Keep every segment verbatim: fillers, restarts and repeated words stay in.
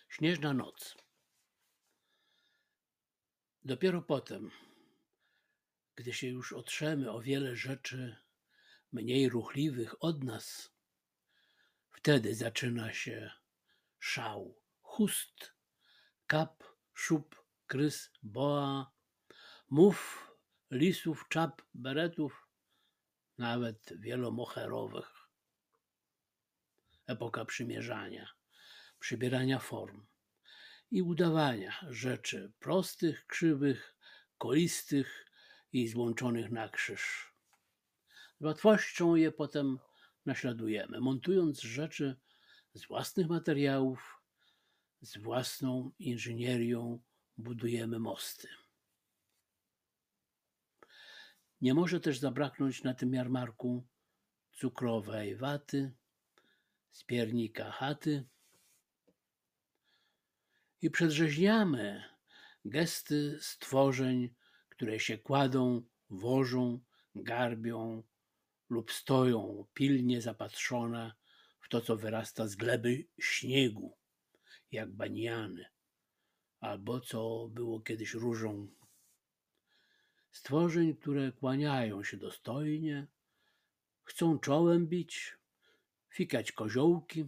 Śnieżna noc. Dopiero potem, gdy się już otrzemy o wiele rzeczy mniej ruchliwych od nas, wtedy zaczyna się szał. Chust, kap, szup, krys, boa, mów, lisów, czap, beretów, nawet wielomoherowych. Epoka przymierzania, przybierania form i udawania rzeczy prostych, krzywych, kolistych i złączonych na krzyż. Z łatwością je potem naśladujemy, montując rzeczy z własnych materiałów, z własną inżynierią budujemy mosty. Nie może też zabraknąć na tym jarmarku cukrowej waty, z piernika chaty i przedrzeźniamy gesty stworzeń, które się kładą, wożą, garbią lub stoją pilnie zapatrzone w to, co wyrasta z gleby śniegu, jak baniany, albo co było kiedyś różą. Stworzeń, które kłaniają się dostojnie, chcą czołem bić, fikać koziołki.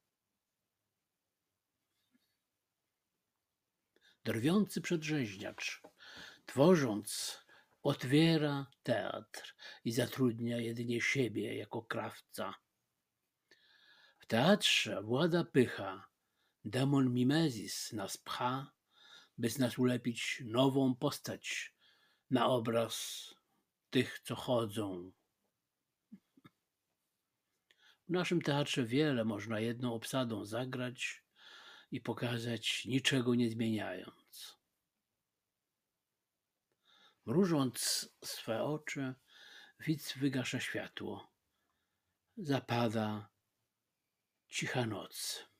Drwiący przedrzeźniacz, tworząc, otwiera teatr i zatrudnia jedynie siebie jako krawca. W teatrze włada pycha, demon Mimezis nas pcha, by z nas ulepić nową postać na obraz tych, co chodzą. W naszym teatrze wiele można jedną obsadą zagrać i pokazać, niczego nie zmieniając. Mrużąc swe oczy, widz wygasza światło. Zapada cicha noc.